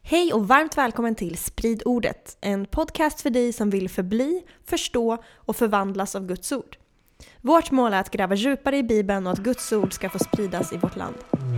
Hej och varmt välkommen till Sprid ordet, en podcast för dig som vill förbli, förstå och förvandlas av Guds ord. Vårt mål är att gräva djupare i Bibeln och att Guds ord ska få spridas i vårt land.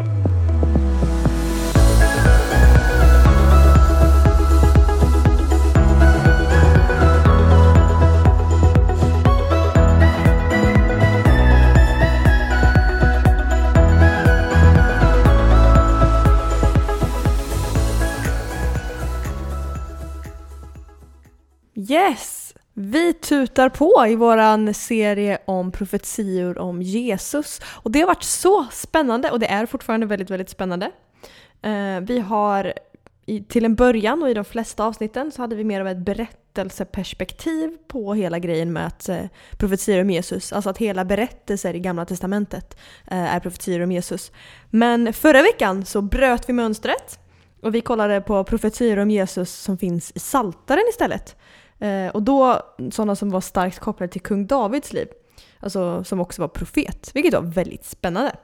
Yes! Vi tutar på i våran serie om profetior om Jesus. Och det har varit så spännande och det är fortfarande väldigt, väldigt spännande. Vi har till en början och i de flesta avsnitten så hade vi mer av ett berättelseperspektiv på hela grejen med att profetior om Jesus. Alltså att hela berättelser i Gamla testamentet är profetior om Jesus. Men förra veckan så bröt vi mönstret och vi kollade på profetior om Jesus som finns i Psaltaren istället. Och då sådana som var starkt kopplade till kung Davids liv. Alltså som också var profet. Vilket var väldigt spännande.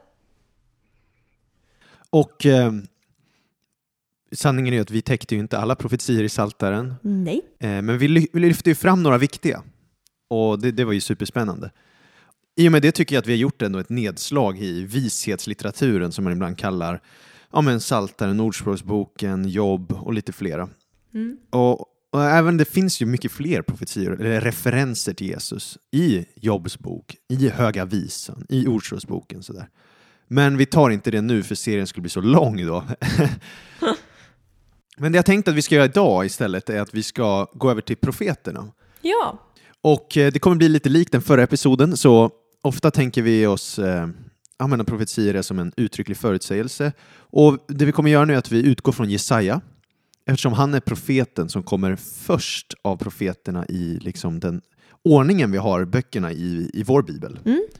Och sanningen är att vi täckte ju inte alla profetier i Psaltaren. Nej. Men vi lyfte ju fram några viktiga. Och det var ju superspännande. I och med det tycker jag att vi har gjort ändå ett nedslag i vishetslitteraturen som man ibland kallar Psaltaren, Ordspråksboken, Jobb och lite flera. Och även det finns ju mycket fler profetior eller referenser till Jesus i Jobbs bok, i Höga visan, i Ordspråksboken sådär. Men vi tar inte det nu för serien skulle bli så lång då. Men det jag tänkte att vi ska göra idag istället är att vi ska gå över till profeterna. Ja. Och det kommer bli lite likt den förra episoden, så ofta tänker vi oss använda profetier som en uttrycklig förutsägelse. Och det vi kommer göra nu är att vi utgår från Jesaja. Eftersom han är profeten som kommer först av profeterna i liksom den ordningen vi har böckerna i vår bibel.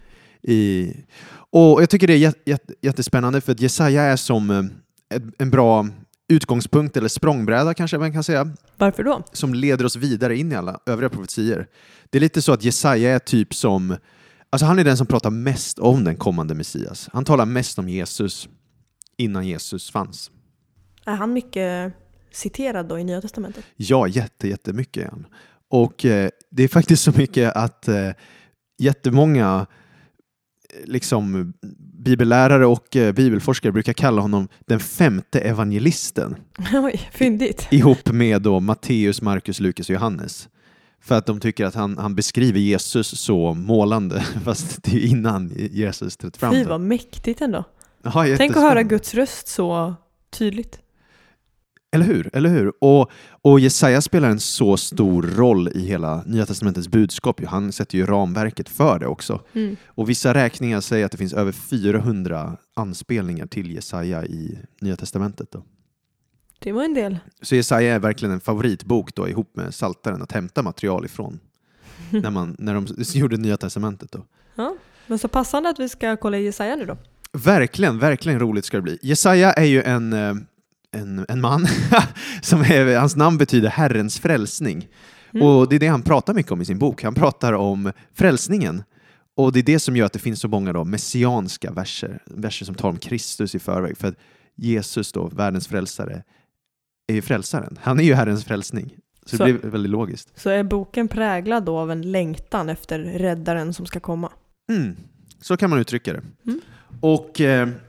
Och jag tycker det är jättespännande för att Jesaja är som en bra utgångspunkt eller språngbräda kanske man kan säga. Varför då? Som leder oss vidare in i alla övriga profetier. Det är lite så att Jesaja är typ som, alltså han är den som pratar mest om den kommande Messias. Han talar mest om Jesus innan Jesus fanns. Är han mycket citerad då i Nya testamentet? Ja, jättemycket igen. Och det är faktiskt så mycket att jättemånga liksom bibellärare och bibelforskare brukar kalla honom den femte evangelisten. Oj, fyndigt. Ihop med då Matteus, Markus, Lukas och Johannes. För att de tycker att han beskriver Jesus så målande, fast det är innan Jesus trätt fram. Fy vad mäktigt ändå. Aha, tänk att höra Guds röst så tydligt. Eller hur? Och Jesaja spelar en så stor roll i hela Nya testamentets budskap. Han sätter ju ramverket för det också. Och vissa räkningar säger att det finns över 400 anspelningar till Jesaja i Nya testamentet då. Det var en del. Så Jesaja är verkligen en favoritbok då ihop med Psaltaren att hämta material ifrån när de gjorde Nya testamentet då. Ja, men så passande att vi ska kolla Jesaja nu då. Verkligen roligt ska det bli. Jesaja är ju en man som hans namn betyder Herrens frälsning. Och det är det han pratar mycket om i sin bok. Han pratar om frälsningen. Och det är det som gör att det finns så många då messianska verser som talar om Kristus i förväg. För att Jesus då, världens frälsare, är ju frälsaren. Han är ju Herrens frälsning. Så det blir väldigt logiskt. Så är boken präglad då av en längtan efter räddaren som ska komma? Så kan man uttrycka det. Och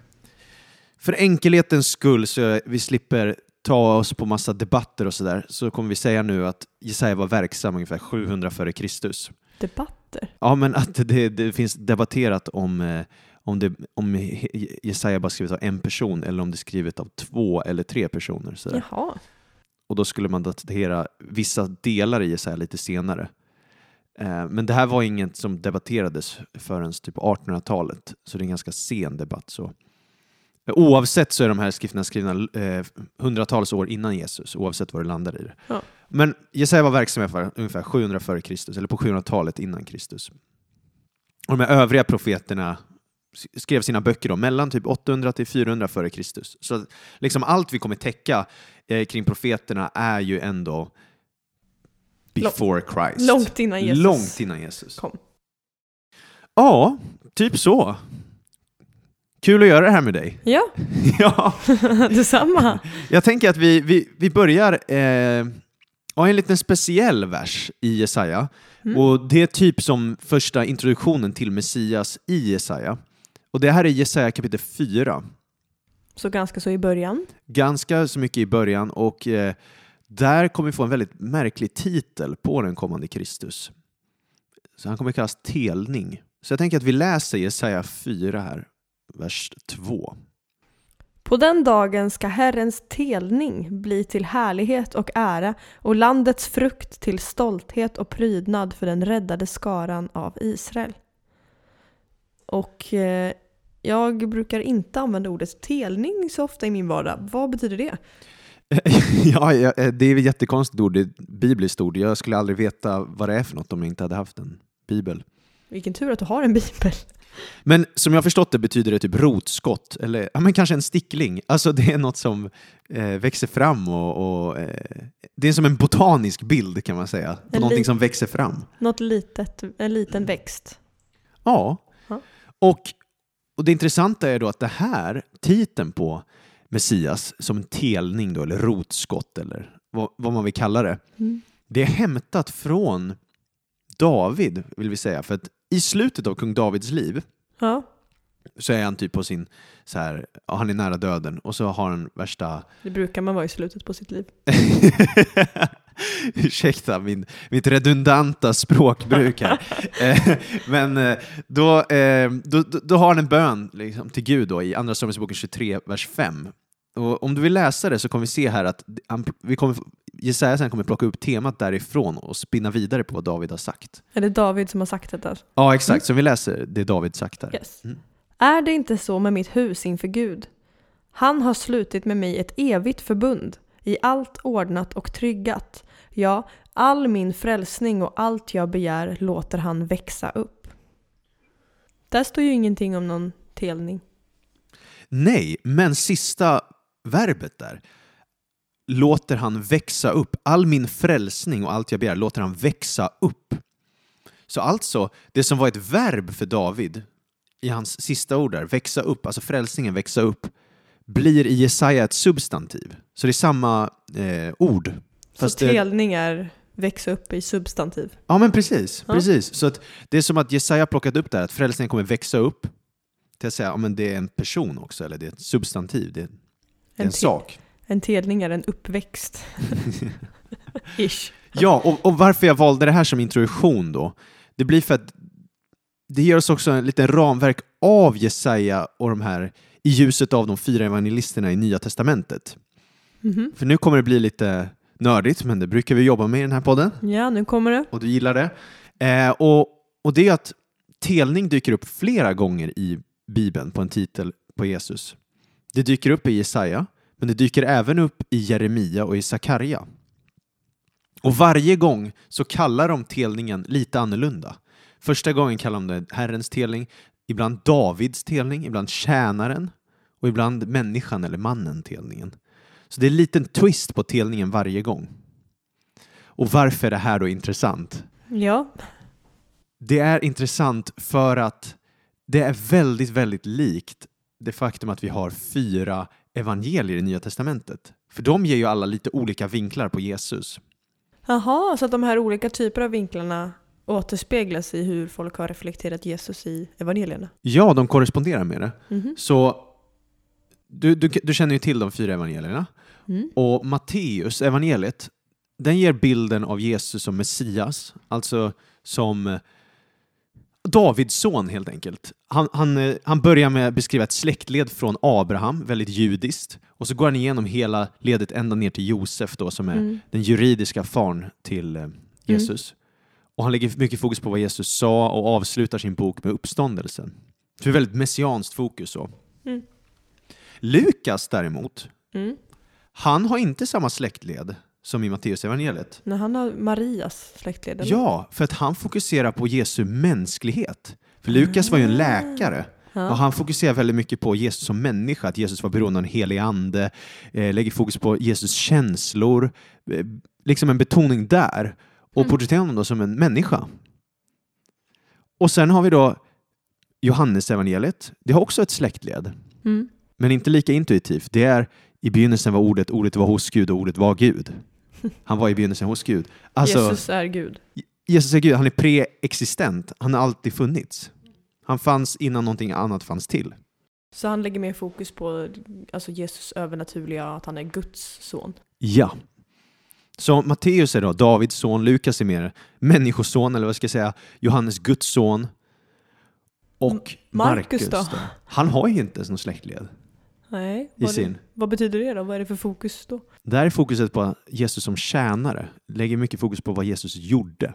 för enkelhetens skull så vi slipper ta oss på massa debatter och sådär, så kommer vi säga nu att Jesaja var verksam ungefär 700 före Kristus. Debatter? Ja, men att det finns debatterat om Jesaja bara skrivit av en person eller om det är skrivet av 2 eller 3 personer. Sådär. Jaha. Och då skulle man datera vissa delar i Jesaja lite senare. Men det här var inget som debatterades förrän typ 1800-talet, så det är en ganska sen debatt så. Oavsett så är de här skrifterna skrivna hundratals år innan Jesus, oavsett var det landar i det. Ja. Men Jesaja var verksam för ungefär 700 före Kristus, eller på 700-talet innan Kristus. Och de här övriga profeterna skrev sina böcker då, mellan typ 800 till 400 före Kristus. Så liksom allt vi kommer täcka kring profeterna är ju ändå before Christ. Långt innan Jesus kom. kom. Ja, typ så. Kul att göra det här med dig. Ja, Ja, detsamma. jag tänker att vi börjar ha en liten speciell vers i Jesaja. Och det är typ som första introduktionen till Messias i Jesaja. Och det här är Jesaja kapitel 4. Så ganska så i början. Ganska så mycket i början, och där kommer vi få en väldigt märklig titel på den kommande Kristus. Så han kommer kallas telning. Så jag tänker att vi läser Jesaja 4 här, vers 2. På den dagen ska Herrens telning bli till härlighet och ära och landets frukt till stolthet och prydnad för den räddade skaran av Israel. Och jag brukar inte använda ordet telning så ofta i min vardag. Vad betyder det? Ja, det är ett jättekonstigt ord, det är ett bibliskt ord. Jag skulle aldrig veta vad det är för något om jag inte hade haft en bibel. Vilken tur att du har en bibel. Men som jag har förstått det betyder det typ rotskott, eller men kanske en stickling. Alltså det är något som växer fram och det är som en botanisk bild, kan man säga. På någonting som växer fram. Något litet, en liten växt. Ja. Och det intressanta är då att det här, titeln på Messias som en telning då, eller rotskott, eller vad man vill kalla det. Det är hämtat från David, vill vi säga. För att i slutet av kung Davids liv så är han typ på sin så här, han är nära döden, och så har han värsta... Det brukar man vara i slutet på sitt liv. Ursäkta mitt redundanta språkbruk här. Men då har han en bön liksom, till Gud då, i Andra Samuelsboken 23, vers 5. Och om du vill läsa det så kommer vi se här att Jesaja sen kommer plocka upp temat därifrån och spinna vidare på vad David har sagt. Är det David som har sagt det där? Ja, exakt. Så vi läser det David sagt där. Yes. Är det inte så med mitt hus inför Gud? Han har slutit med mig ett evigt förbund, i allt ordnat och tryggat. Ja, all min frälsning och allt jag begär låter han växa upp. Där står ju ingenting om någon telning. Nej, men sista verbet där. Låter han växa upp. All min frälsning och allt jag begär låter han växa upp. Så alltså, det som var ett verb för David i hans sista ord där, växa upp, alltså frälsningen växa upp, blir i Jesaja ett substantiv. Så det är samma ord. Så telning är växa upp i substantiv? Ja, men precis. Så att det är som att Jesaja plockat upp där, att frälsningen kommer växa upp till att säga, ja, men det är en person också, eller det är ett substantiv, det är en sak. En telning är en uppväxt. Ish. Ja, och varför jag valde det här som introduktion då, det blir för att det ger oss också en liten ramverk av Jesaja och de här i ljuset av de 4 evangelisterna i Nya testamentet. För nu kommer det bli lite nördigt, men det brukar vi jobba med i den här podden. Ja, nu kommer det. Och du gillar det. Och det är att telning dyker upp flera gånger i Bibeln på en titel på Jesus. Det dyker upp i Jesaja, men det dyker även upp i Jeremia och i Sakarja. Och varje gång så kallar de telningen lite annorlunda. Första gången kallar de det Herrens telning, ibland Davids telning, ibland tjänaren och ibland människan eller mannen telningen. Så det är en liten twist på telningen varje gång. Och varför är det här då intressant? Ja. Det är intressant för att det är väldigt, väldigt likt det faktum att vi har 4 evangelier i Nya testamentet. För de ger ju alla lite olika vinklar på Jesus. Jaha, så att de här olika typer av vinklarna återspeglas i hur folk har reflekterat Jesus i evangelierna? Ja, de korresponderar med det. Så du känner ju till de 4 evangelierna. Och Matteus evangeliet, den ger bilden av Jesus som Messias, alltså som Davids son helt enkelt. Han börjar med att beskriva ett släktled från Abraham, väldigt judiskt. Och så går han igenom hela ledet ända ner till Josef då, som är den juridiska farn till Jesus. Och han lägger mycket fokus på vad Jesus sa och avslutar sin bok med uppståndelsen. Så det är väldigt messianskt fokus så. Lukas däremot, han har inte samma släktled som i Matteus evangeliet. När han har Marias släktled. Ja, för att han fokuserar på Jesu mänsklighet. För Lukas var ju en läkare. Och han fokuserar väldigt mycket på Jesus som människa. Att Jesus var beroende av en helig ande. Lägger fokus på Jesus känslor. Liksom en betoning där. Och porträtterar honom då som en människa. Och sen har vi då Johannes evangeliet, det har också ett släktled. Mm. Men inte lika intuitivt. Det är i begynnelsen var ordet, ordet var hos Gud och ordet var Gud. Han var i begynnelsen hos Gud. Alltså, Jesus är Gud. Jesus är Gud, han är preexistent. Han har alltid funnits. Han fanns innan någonting annat fanns till. Så han lägger mer fokus på alltså Jesus övernaturliga, att han är Guds son. Ja. Så Matteus är då Davids son, Lukas är mer människoson, eller vad ska jag säga, Johannes Guds son. Och Markus då? Han har ju inte ens någon släktled. Nej, vad betyder det då? Vad är det för fokus då? Där är fokuset på Jesus som tjänare. Lägger mycket fokus på vad Jesus gjorde.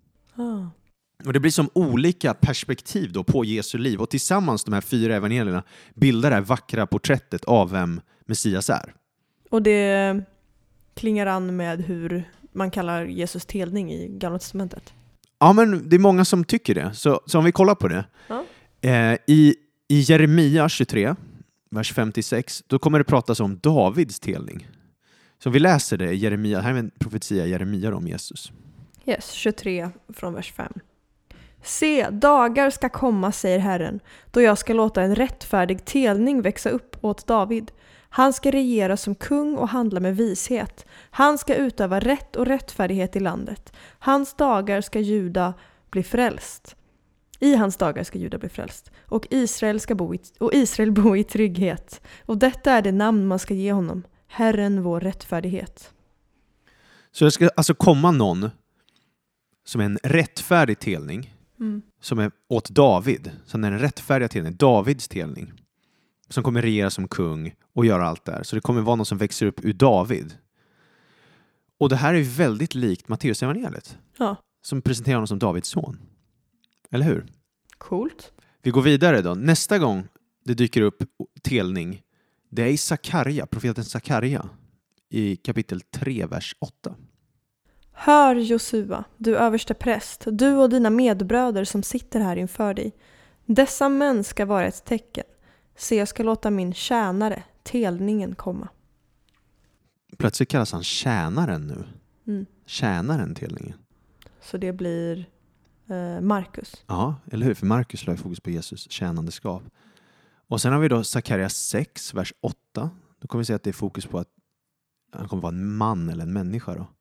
Och det blir som olika perspektiv då på Jesu liv. Och tillsammans de här 4 evangelierna bildar det här vackra porträttet av vem Messias är. Och det klingar an med hur man kallar Jesus telning i Gamla testamentet. Ja, men det är många som tycker det. Så om vi kollar på det. Ja. I Jeremia 23, vers 56, då kommer det pratas om Davids telning. Så vi läser det i Jeremia. Här är en profetia i Jeremia om Jesus. Yes, 23 från vers 5. Se, dagar ska komma, säger Herren, då jag ska låta en rättfärdig telning växa upp åt David. Han ska regera som kung och handla med vishet. Han ska utöva rätt och rättfärdighet i landet. Hans dagar ska Juda bli frälst. I hans dagar ska Juda bli frälst. Och Israel bo i trygghet. Och detta är det namn man ska ge honom. Herren vår rättfärdighet. Så det ska alltså komma någon som är en rättfärdig telning. Som är åt David. Så det är en rättfärdig telning. Davids telning. Som kommer regera som kung och göra allt där. Så det kommer vara någon som växer upp ur David. Och det här är väldigt likt Matteus evangeliet. Ja. Som presenterar honom som Davids son. Eller hur? Coolt. Vi går vidare då. Nästa gång det dyker upp telning, det är i Sakarja, profeten Sakarja. I kapitel 3, vers 8. Hör Josua, du överste präst, du och dina medbröder som sitter här inför dig. Dessa män ska vara ett tecken. Se, jag ska låta min tjänare, telningen, komma. Plötsligt kallas han tjänaren nu. Mm. Tjänaren, telningen. Så det blir Markus. Ja, eller hur? För Markus la fokus på Jesus tjänandeskap. Och sen har vi då Sakarja 6, vers 8. Då kommer vi se att det är fokus på att han kommer vara en man eller en människa då.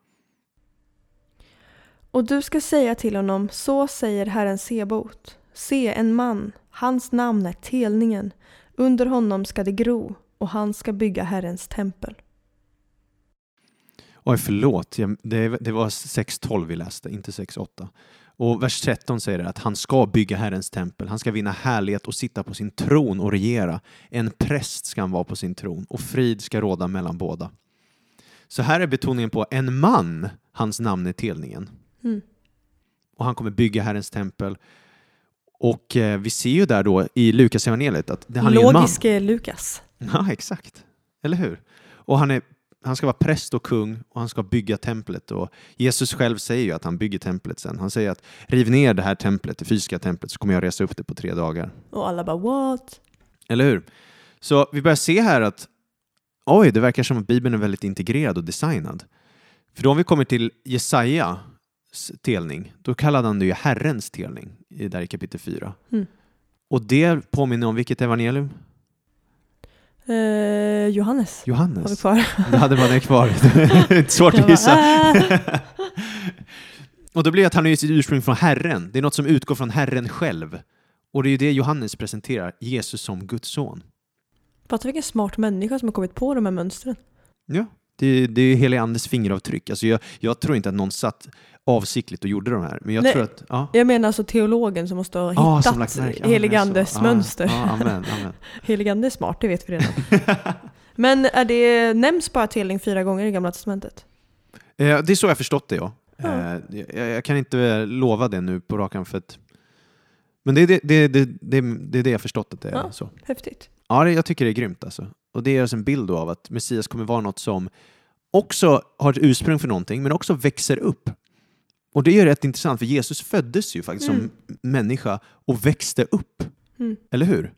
Och du ska säga till honom, så säger Herren Sebot. Se, en man, hans namn är telningen. Under honom ska det gro och han ska bygga Herrens tempel. Oj, förlåt. Det var 6:12 vi läste, inte 6:8. Och vers 13 säger det att han ska bygga Herrens tempel. Han ska vinna härlighet och sitta på sin tron och regera. En präst ska han vara på sin tron och frid ska råda mellan båda. Så här är betoningen på en man, hans namn är telningen. Mm. Och han kommer bygga Herrens tempel. Och vi ser ju där då i Lukas evangeliet att han är en man. Logiske Lukas. Ja, exakt. Eller hur? Och han ska vara präst och kung och han ska bygga templet. Och Jesus själv säger ju att han bygger templet sen. Han säger att riv ner det här templet, det fysiska templet, så kommer jag resa upp det på 3 dagar. Och alla bara, what? Eller hur? Så vi börjar se här att det verkar som att Bibeln är väldigt integrerad och designad. För då om vi kommer till Jesajas telning, då kallade han det ju Herrens telning där i kapitel 4. Mm. Och det påminner om vilket evangelium? Johannes. Johannes. Har vi kvar. Det hade man kvar. Inte svårt att gissa. Och då blir det att han är sitt ursprung från Herren. Det är något som utgår från Herren själv. Och det är ju det Johannes presenterar. Jesus som Guds son. Fattar vilken smart människa som har kommit på de här mönstren. Ja, det är hela Andes fingeravtryck. Alltså jag tror inte att någon satt avsiktligt och gjorde de här. Men jag tror att... Ja. Jag menar alltså teologen som måste ha hittat Heligandes mönster. Amen. Heligande är smart, det vet vi redan. Men nämns bara telning 4 gånger i Gamla testamentet? Det är så jag förstått det, ja. Jag kan inte lova det nu på rakan för att... Men det är det jag förstått att det är så. Häftigt. Ja, jag tycker det är grymt alltså. Och det är en bild av att Messias kommer vara något som också har ett ursprung för någonting, men också växer upp. Och det är rätt intressant, för Jesus föddes ju faktiskt som människa och växte upp. Mm. Eller hur?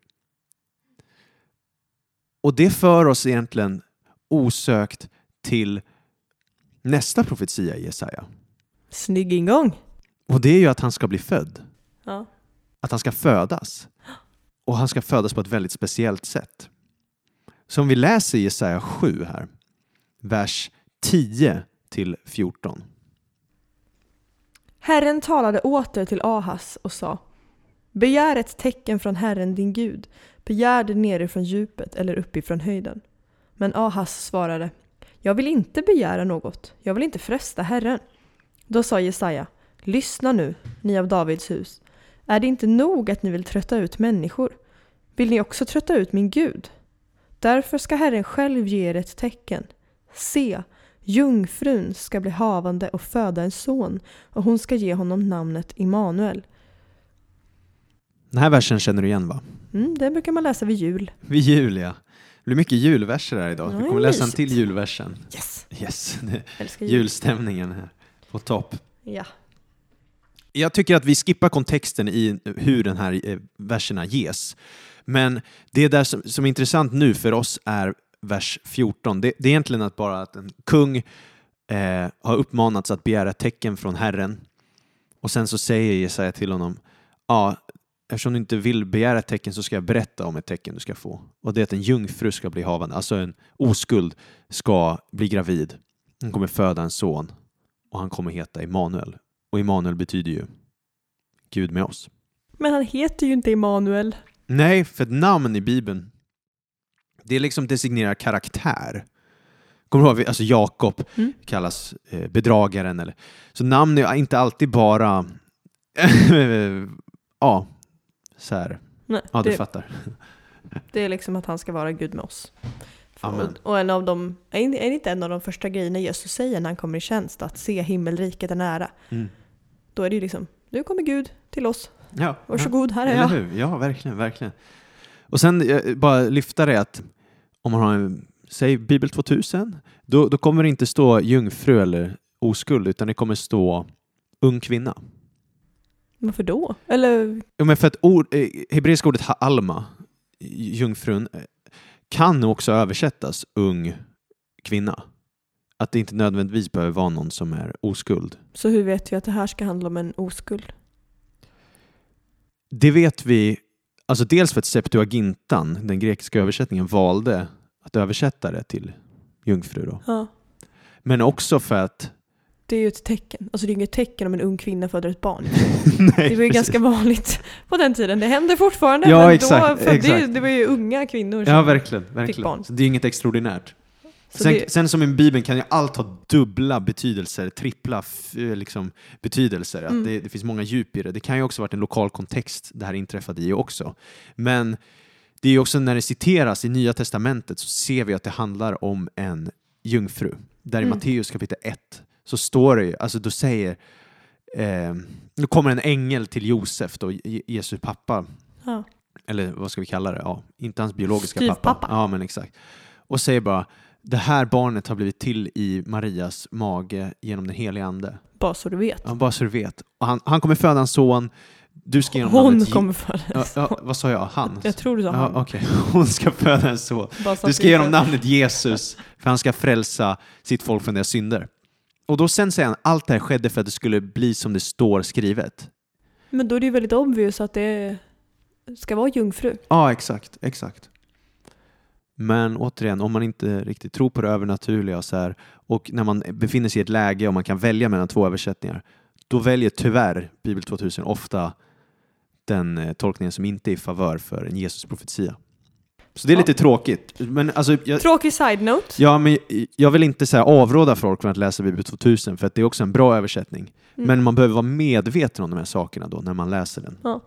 Och det för oss egentligen osökt till nästa profetia i Jesaja. Snygg ingång. Och det är ju att han ska bli född. Ja. att han ska födas. Och han ska födas på ett väldigt speciellt sätt. Som vi läser i Jesaja 7 här. Vers 10-14. Herren talade åter till Ahas och sa: begär ett tecken från Herren din Gud. Begär det nerifrån djupet eller uppifrån höjden. Men Ahas svarade: jag vill inte begära något. Jag vill inte fresta Herren. Då sa Jesaja: lyssna nu, ni av Davids hus. Är det inte nog att ni vill trötta ut människor? Vill ni också trötta ut min Gud? Därför ska Herren själv ge er ett tecken. Se, jungfrun ska bli havande och föda en son, och hon ska ge honom namnet Immanuel. Den här versen känner du igen, va? Den brukar man läsa vid jul. Vid jul, ja. Det blir mycket julverser här idag. Ja, Vi kommer läsa en mysigt. till julversen. Yes. Älskar jul. Julstämningen här på topp. Ja. Jag tycker att vi skippar kontexten i hur den här verserna ges. Men det där som är intressant nu för oss är vers 14. Det är egentligen att en kung har uppmanats att begära ett tecken från Herren. Och sen så säger Jesaja till honom: ja, eftersom du inte vill begära ett tecken så ska jag berätta om ett tecken du ska få. Och det är att en jungfru ska bli havande. Alltså en oskuld ska bli gravid. Han kommer föda en son. Och han kommer heta Immanuel. Och Immanuel betyder ju Gud med oss. Men han heter ju inte Immanuel. Nej, för ett namn i Bibeln, det liksom designerar karaktär. Kommer du ihåg, alltså Jakob kallas bedragaren. Eller. Så namn är inte alltid bara ja, så här. Nej, Ja, du fattar. Det är liksom att han ska vara Gud med oss. Amen. Och en av dem, är det inte en av de första grejerna Jesus säger när han kommer i tjänst, att se himmelriket är nära. Då är det ju liksom, nu kommer Gud till oss. Ja, varsågod, här är eller jag. hur? Ja, verkligen. Och sen bara lyfta det att om man har säg Bibel 2000, då kommer det inte stå jungfru eller oskuld, utan det kommer stå ung kvinna. Varför då? Eller? Ja, men för att hebreiska ordet alma, jungfrun, kan också översättas ung kvinna. Att det inte nödvändigtvis behöver vara någon som är oskuld. Så hur vet vi att det här ska handla om en oskuld? Det vet vi, alltså dels för att Septuagintan, den grekiska översättningen, valde att översätta det till jungfru då. Ja. Men också för att det är ju ett tecken. Alltså det är inget tecken om en ung kvinna föder ett barn. Nej, det var ju ganska vanligt på den tiden. Det händer fortfarande. Ja, men exakt, då exakt. Det var ju unga kvinnor som ja, verkligen. fick barn. Så det är inget extraordinärt. Så Sen som i Bibeln kan ju allt ha dubbla betydelser, trippla liksom, betydelser. Att det finns många djup i det. Det kan ju också varit en lokal kontext det här inträffade i också. Men det är ju också när det citeras i Nya Testamentet så ser vi att det handlar om en jungfru. Där i Matteus kapitel 1 så står det ju, alltså då säger då kommer en ängel till Josef då, Jesu pappa. Ja. Eller vad ska vi kalla det? Ja, inte hans biologiska Styvpappa. pappa. Ja, men exakt. Och säger bara: det här barnet har blivit till i Marias mage genom den heliga ande. Bara så du vet. Ja, bara så du vet. Och han kommer föda en son. Du ska genom Hon namnet kommer föda en son. Ja, vad sa jag? Han? Jag tror du sa han. Ja, okej. Hon ska föda en son. Du ska genom namnet Jesus, för han ska frälsa sitt folk från deras synder. Och då sen säger han, allt det här skedde för att det skulle bli som det står skrivet. Men då är det ju väldigt obvious att det ska vara jungfru. Ja, exakt. Men återigen, om man inte riktigt tror på det övernaturliga så här, och när man befinner sig i ett läge och man kan välja mellan två översättningar, då väljer tyvärr Bibel 2000 ofta den tolkningen som inte är i favör för en Jesus-profetia. Så det är lite tråkigt. Men alltså, Tråkig side-note. Ja, men jag vill inte så här avråda folk från att läsa Bibel 2000 för att det är också en bra översättning. Men man behöver vara medveten om de här sakerna då när man läser den. Ja.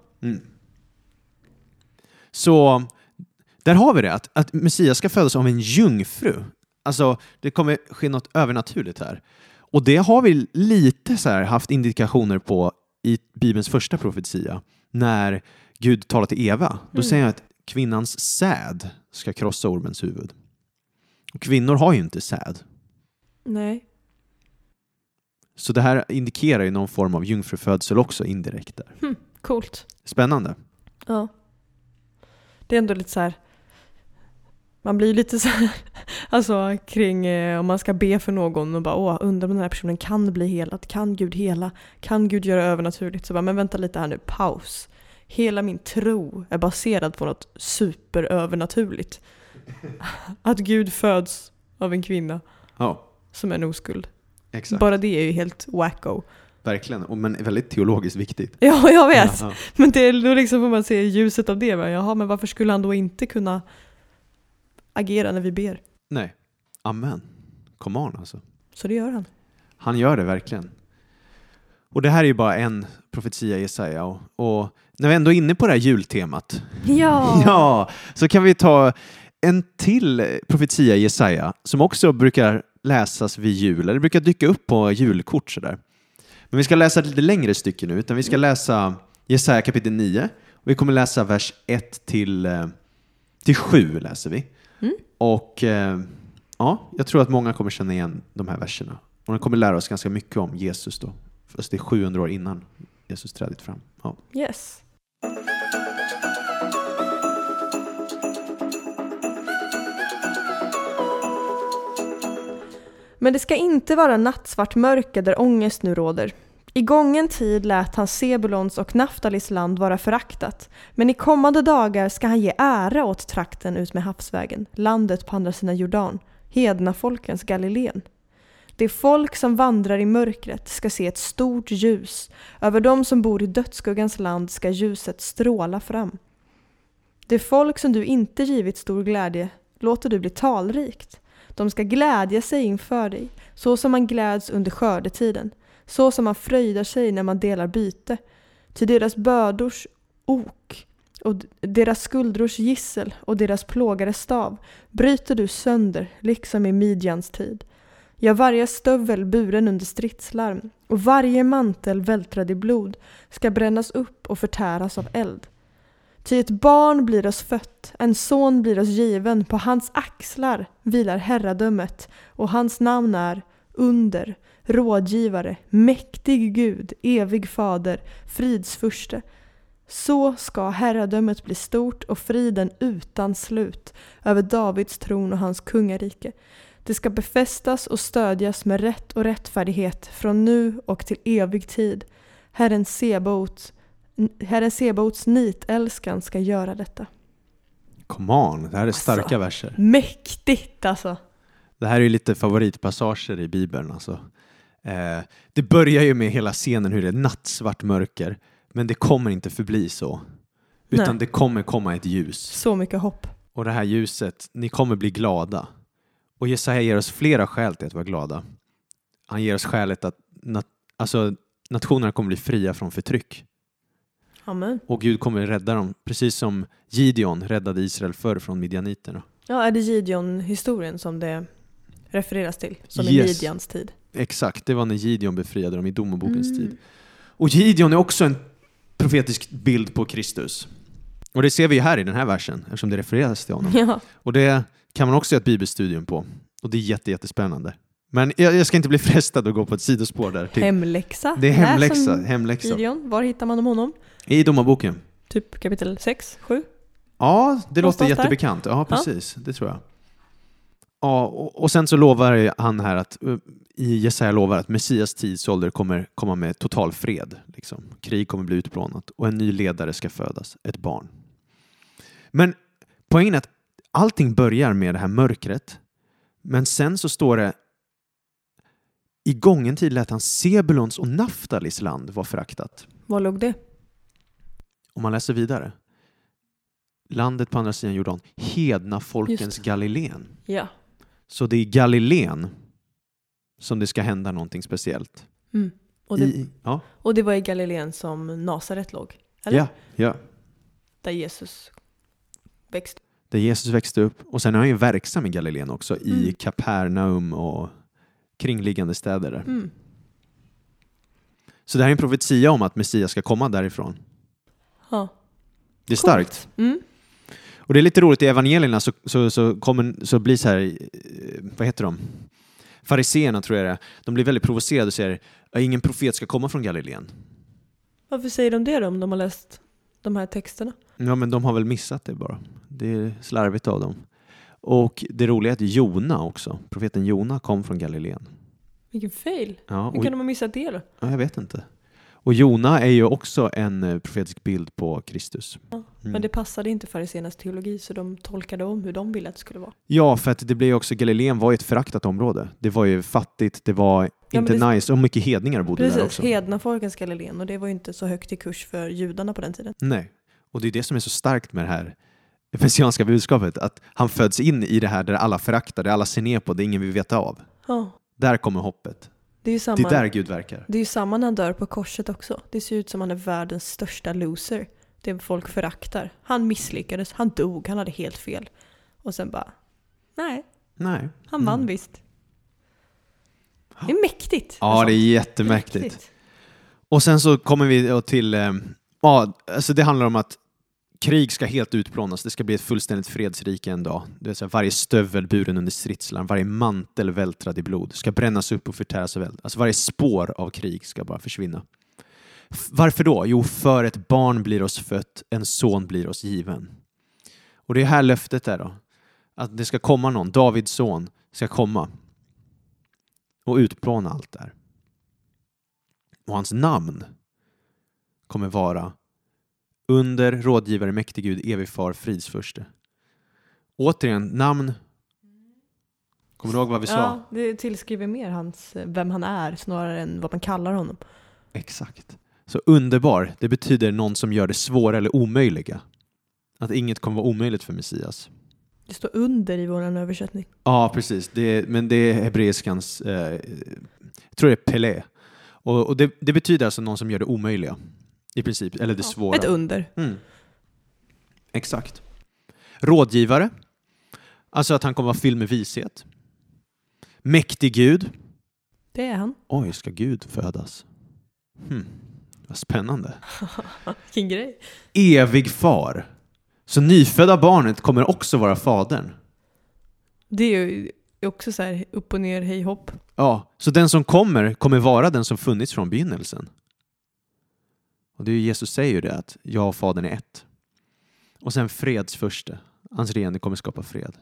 Så där har vi det, att Messias ska födas av en jungfru. Alltså, det kommer ske något övernaturligt här. Och det har vi lite så här haft indikationer på i Bibelns första profetia. När Gud talar till Eva. Då säger han att kvinnans säd ska krossa ormens huvud. Och kvinnor har ju inte säd. Nej. Så det här indikerar ju någon form av jungfrufödsel också indirekt där. Coolt. Spännande. Ja. Det är ändå lite så här. Man blir lite så här, alltså kring om man ska be för någon och bara undrar om den här personen kan bli helad, kan Gud hela, kan Gud göra övernaturligt, så bara, men vänta lite här nu, paus. hela min tro är baserad på något superövernaturligt. Att Gud föds av en kvinna Ja, som är en oskuld. exakt. Bara det är ju helt wacko. Verkligen, men väldigt teologiskt viktigt. Ja, jag vet. Ja. Men det är då liksom får man se ljuset av det. Va? Jaha, men varför skulle han då inte kunna agera när vi ber? Nej, amen. Come on alltså. Så det gör han. Han gör det verkligen. Och det här är ju bara en profetia i Jesaja. Och när vi ändå är inne på det här jultemat. Ja! Ja, så kan vi ta en till profetia i Jesaja som också brukar läsas vid jul. Eller brukar dyka upp på julkort sådär. Men vi ska läsa ett lite längre stycke nu. Utan vi ska läsa Jesaja kapitel 9. Och vi kommer läsa vers 1 till 7 läser vi. Mm. Och ja, jag tror att många kommer känna igen de här verserna. Och de kommer lära oss ganska mycket om Jesus då. Fast det är 700 år innan Jesus trädde fram. Ja. Yes. Men det ska inte vara nattsvart mörker där ångest nu råder. I gången tid lät han Sebulons och Naftalis land vara föraktat, men i kommande dagar ska han ge ära åt trakten ut med havsvägen, landet på andra sidan Jordan, hedna folkens Galileen. Det folk som vandrar i mörkret ska se ett stort ljus. Över dem som bor i dödsskuggans land ska ljuset stråla fram. Det folk som du inte givit stor glädje låter du bli talrikt. De ska glädja sig inför dig, så som man gläds under skördetiden, så som man fröjdar sig när man delar byte. Till deras bördors ok och deras skuldrors gissel och deras plågares stav bryter du sönder, liksom i Midjans tid. Ja, varje stövel buren under stridslarm och varje mantel vältrad i blod ska brännas upp och förtäras av eld. Ty ett barn blir oss fött, en son blir oss given, på hans axlar vilar herradömet och hans namn är Under, rådgivare, mäktig Gud, evig fader, fridsfurste. Så ska herradömet bli stort och friden utan slut över Davids tron och hans kungarike. Det ska befästas och stödjas med rätt och rättfärdighet från nu och till evig tid. Herren Sebaots nitälskan ska göra detta. Come on, det här är starka verser. Mäktigt alltså. Det här är ju lite favoritpassager i Bibeln. Alltså. Det börjar ju med hela scenen hur det är nattsvart mörker. Men det kommer inte förbli så. Utan Nej. det kommer komma ett ljus. Så mycket hopp. Och det här ljuset, ni kommer bli glada. Och Jesaja ger oss flera skäl till att vara glada. Han ger oss skälet att nationerna kommer bli fria från förtryck. Amen. Och Gud kommer rädda dem. Precis som Gideon räddade Israel förr från midjaniterna. Ja, är det Gideon-historien som det refereras till? Som i Yes. Midjans tid. Exakt, det var när Gideon befriade dem i Domarbokens tid. Och Gideon är också en profetisk bild på Kristus. Och det ser vi här i den här versen, eftersom det refereras till honom. Ja. Och det kan man också göra ett bibelstudium på. Och det är jättespännande. Men jag ska inte bli frestad att gå på ett sidospår där. Typ. Hemläxa. Det är hemläxa. Läs om hemläxa. Gideon. Var hittar man om honom? I Domarboken. Typ kapitel 6, 7? Ja, det låter Någonstans jättebekant. Ja, precis. Det tror jag. Ja, och sen så lovar han här att i Jesaja lovar att Messias tidsålder kommer komma med total fred. Liksom. Krig kommer bli utplånat och en ny ledare ska födas, ett barn. Men poängen är att allting börjar med det här mörkret. Men sen så står det i gången tid lät han Sebulons och Naftalis land var föraktat. Var låg det? Om man läser vidare. Landet på andra sidan Jordan, hedna folkens Galileen. Ja. Så det är Galileen som det ska hända någonting speciellt. Mm. Och det var i Galileen som Nasaret låg? Eller? Ja. Där Jesus växte. Där Jesus växte upp. Och sen är han ju verksam i Galileen också. I Kapernaum och kringliggande städer där. Mm. Så det här är en profetia om att Messias ska komma därifrån. Ja. Det är starkt. Mm. Och det är lite roligt i evangelierna så blir så här, vad heter de? Fariseerna tror jag det är. De blir väldigt provocerade och säger att ingen profet ska komma från Galileen. Varför säger de det då, om de har läst de här texterna? Ja, men de har väl missat det bara. Det är slarvigt av dem. Och det roliga är att Jona också, profeten Jona kom från Galileen. Vilken fail. Ja, Hur kan de ha missat det då? Ja, jag vet inte. Och Jona är ju också en profetisk bild på Kristus. Ja, men det passade inte fariséernas teologi, så de tolkade om hur de ville att det skulle vara. Ja, för att det blev ju också, Galileen var ju ett föraktat område. Det var ju fattigt, det var inte nice, och mycket hedningar bodde där också. Precis, hedna folkens Galileen, och det var ju inte så högt i kurs för judarna på den tiden. Nej, och det är det som är så starkt med det här messianska budskapet, att han föds in i det här där alla föraktar, där alla ser ner på, det ingen vill veta av. Ja. Där kommer hoppet. Det är ju samma, det är där Gud verkar. Det är ju samma när han dör på korset också. Det ser ut som han är världens största loser. Det folk föraktar. Han misslyckades, han dog, han hade helt fel. Och sen bara, nej. Han vann visst. Det är mäktigt. Ja, det är jättemäktigt. Och sen så kommer vi till, alltså det handlar om att krig ska helt utplånas. Det ska bli ett fullständigt fredsrike en dag. Det vill säga, varje stövel buren under stridslarm, varje mantel vältrad i blod ska brännas upp och förtäras av eld. Alltså varje spår av krig ska bara försvinna. Varför då? Jo, för ett barn blir oss fött, en son blir oss given. Och det är här löftet är då. Att det ska komma någon, Davids son, ska komma och utplåna allt där. Och hans namn kommer vara under, rådgivare, mäktig Gud, evig far, fridsförste. Återigen, namn. Kommer du ihåg vad vi sa? Ja, det tillskriver mer vem han är snarare än vad man kallar honom. Exakt. Så underbar, det betyder någon som gör det svåra eller omöjliga. Att inget kommer vara omöjligt för Messias. Det står under i vår översättning. Ja, precis. Men det är hebreiskans, jag tror det är Pelé. Och det betyder alltså någon som gör det omöjliga. I princip, eller det svåra. Ett under. Exakt. Rådgivare. Alltså att han kommer vara fylld med vishet. Mäktig Gud. Det är han. Oj, ska Gud födas? Vad spännande. Vilken grej. Evig far. Så nyfödda barnet kommer också vara fadern. Det är ju också så här upp och ner, hej hopp. Ja, så den som kommer vara den som funnits från begynnelsen. Och det är ju Jesus säger ju det, att jag och fadern är ett. Och sen fredsförste. Hans regerande kommer skapa fred.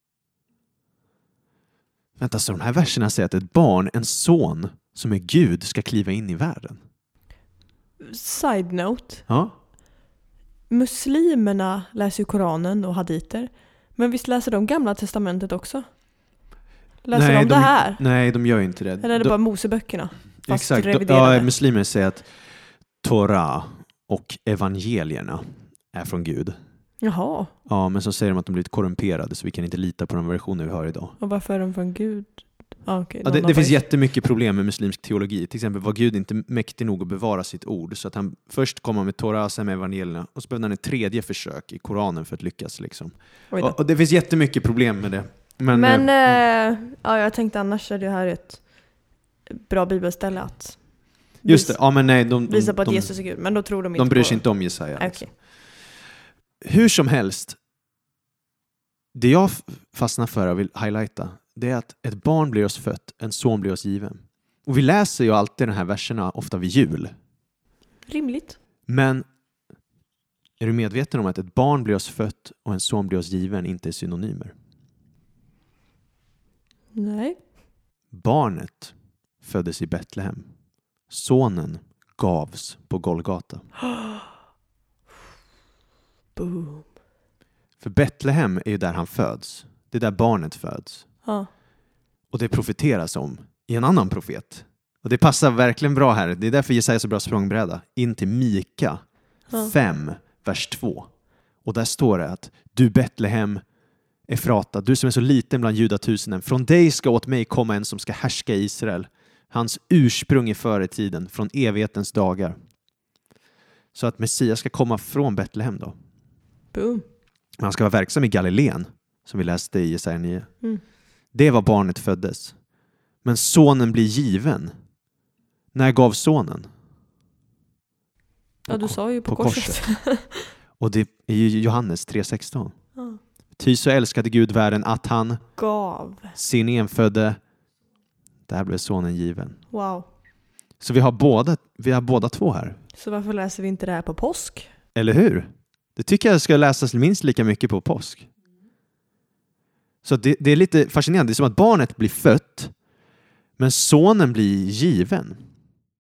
Vänta, så de här verserna säger att ett barn, en son som är Gud, ska kliva in i världen. Side note. Ja. Muslimerna läser ju Koranen och haditer. Men visst läser de Gamla testamentet också? Läser de det här? Nej, de gör inte det. Eller är det bara Moseböckerna? Exakt. Muslimer säger att Torah och evangelierna är från Gud. Jaha. Ja, men så säger de att de blivit korrumperade, så vi kan inte lita på de versioner vi har idag. Och varför är de från Gud? Okay, ja, det finns jättemycket problem med muslimsk teologi. Till exempel var Gud inte mäktig nog att bevara sitt ord. Så att han först kommer med Torah, sen med evangelierna. Och så behövde han ett tredje försök i Koranen för att lyckas. Liksom. Och det finns jättemycket problem med det. Men jag tänkte annars är det här ett bra bibelställe att just det, ja, men nej, visa på att Jesus är Gud. Men då tror de inte bryr sig inte om Jesaja. Okay. Liksom. Hur som helst, det jag fastnar för och vill highlighta, det är att ett barn blir oss fött, en son blir oss given. Och vi läser ju alltid de här verserna ofta vid jul. Rimligt. Men är du medveten om att ett barn blir oss fött och en son blir oss given inte är synonymer? Nej. Barnet föddes i Betlehem. Sonen gavs på Golgata. Boom. För Betlehem är ju där han föds. Det är där barnet föds. Ja. Och det profeteras om i en annan profet. Och det passar verkligen bra här. Det är därför Jesaja är så bra språngbräda. In till Mika 5, vers 2. Och där står det att du Betlehem Efrata, du som är så liten bland judatusenen, från dig ska åt mig komma en som ska härska i Israel. Hans ursprung är före tiden, från evighetens dagar. Så att Messias ska komma från Betlehem då. Boom. Han ska vara verksam i Galileen, som vi läste i Jesaja 9. Mm. Det var barnet föddes. Men sonen blir given. När gav sonen? Ja, du sa ju på korset. Och det är ju Johannes 3:16. Ja. Ty så älskade Gud världen att han gav sin enfödde. Där blev sonen given. Wow. Så vi har båda två här. Så varför läser vi inte det här på påsk? Eller hur? Det tycker jag ska läsas minst lika mycket på påsk. Så det är lite fascinerande. Det är som att barnet blir fött, men sonen blir given.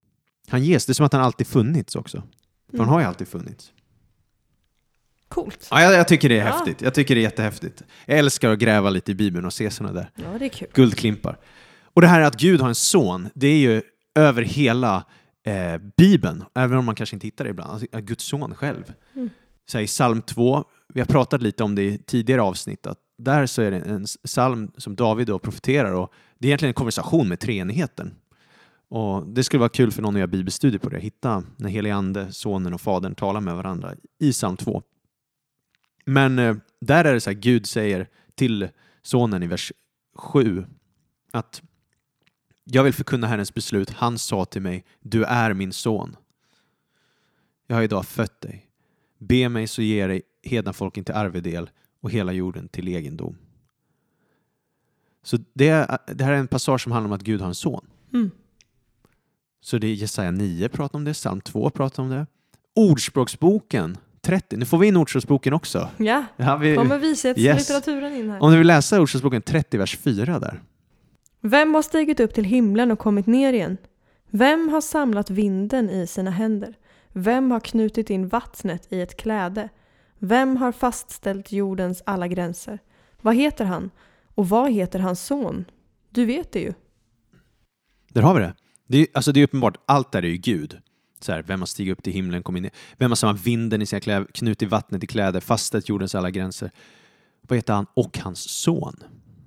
Han ges, det är som att han alltid funnits också. För han har ju alltid funnits. Coolt. Ja, jag tycker det är häftigt. Jag tycker det är jättehäftigt. Jag älskar att gräva lite i Bibeln och se sådana där Ja, det är kul. guldklimpar. Och det här att Gud har en son, det är ju över hela Bibeln. Även om man kanske inte hittar det ibland. Alltså, Guds son själv. Så här, i psalm 2, vi har pratat lite om det i tidigare avsnitt, att där så är det en psalm som David då profeterar, och det är egentligen en konversation med treenigheten. Och det skulle vara kul för någon att göra bibelstudier på det. Hitta när helig ande, sonen och fadern talar med varandra i psalm 2. Men där är det så här, Gud säger till sonen i vers 7 att jag vill förkunna Herrens beslut. Han sa till mig, du är min son. Jag har idag fött dig. Be mig så ger dig hednafolken till arvedel och hela jorden till egendom. Så det här är en passage som handlar om att Gud har en son. Så det är Jesaja 9 pratar om det, psalm 2 pratar om det. Ordspråksboken 30, nu får vi in Ordspråksboken också. Ja, kommer vishetslitteraturen in här. Om du vill läsa Ordspråksboken 30, vers 4 där. Vem har stigit upp till himlen och kommit ner igen? Vem har samlat vinden i sina händer? Vem har knutit in vattnet i ett kläde? Vem har fastställt jordens alla gränser? Vad heter han? Och vad heter hans son? Du vet det ju. Där har vi det. Det är uppenbart, allt där är ju Gud. Så här, vem har stigit upp till himlen, kommit ner? Vem har samlat vinden i sina kläder, knutit vattnet i kläder, fastställt jordens alla gränser? Vad heter han? Och hans son.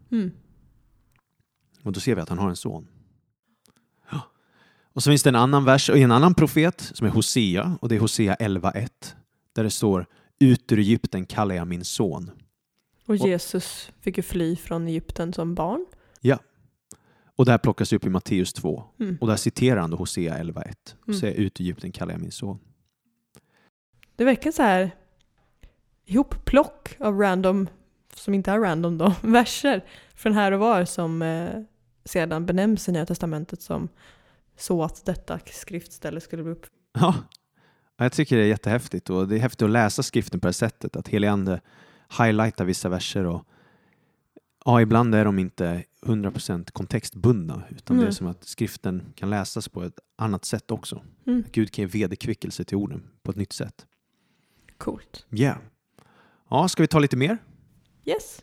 Och då ser vi att han har en son. Ja. Och så finns det en annan vers och en annan profet som är Hosea, och det är Hosea 11:1, där det står, ut ur Egypten kallar jag min son. Och Jesus fick ju fly från Egypten som barn. Ja. Och det här plockas upp i Matteus 2. Och där citerar han då Hosea 11:1. Och säger, ut ur Egypten kallar jag min son. Det verkar så här ihopplock av random, som inte är random då, verser från här och var som sedan benämns i Nya testamentet som så att detta skriftställe skulle bli upp. Ja, jag tycker det är jättehäftigt, och det är häftigt att läsa skriften på det sättet, att helig ande highlightar vissa verser, och ibland är de inte 100% kontextbundna, utan det är som att skriften kan läsas på ett annat sätt också. Gud kan ge vederkvickelse till orden på ett nytt sätt. Coolt. Ja. Yeah. Ja, ska vi ta lite mer? Yes.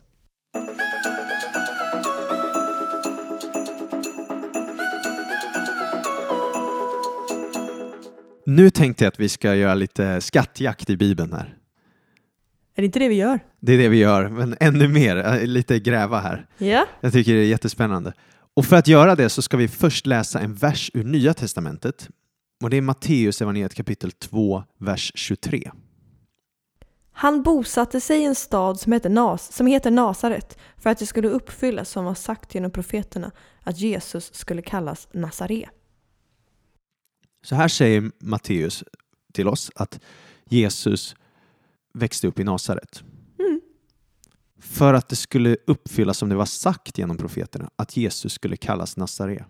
Nu tänkte jag att vi ska göra lite skattjakt i Bibeln här. Är det inte det vi gör? Det är det vi gör, men ännu mer, lite gräva här. Ja. Jag tycker det är jättespännande. Och för att göra det så ska vi först läsa en vers ur Nya testamentet. Och det är Matteus evangeliet kapitel 2, vers 23. Han bosatte sig i en stad som heter Nasaret, för att det skulle uppfyllas som var sagt genom profeterna, att Jesus skulle kallas Nazare. Så här säger Matteus till oss att Jesus växte upp i Nasaret. För att det skulle uppfyllas som det var sagt genom profeterna, att Jesus skulle kallas Nazare.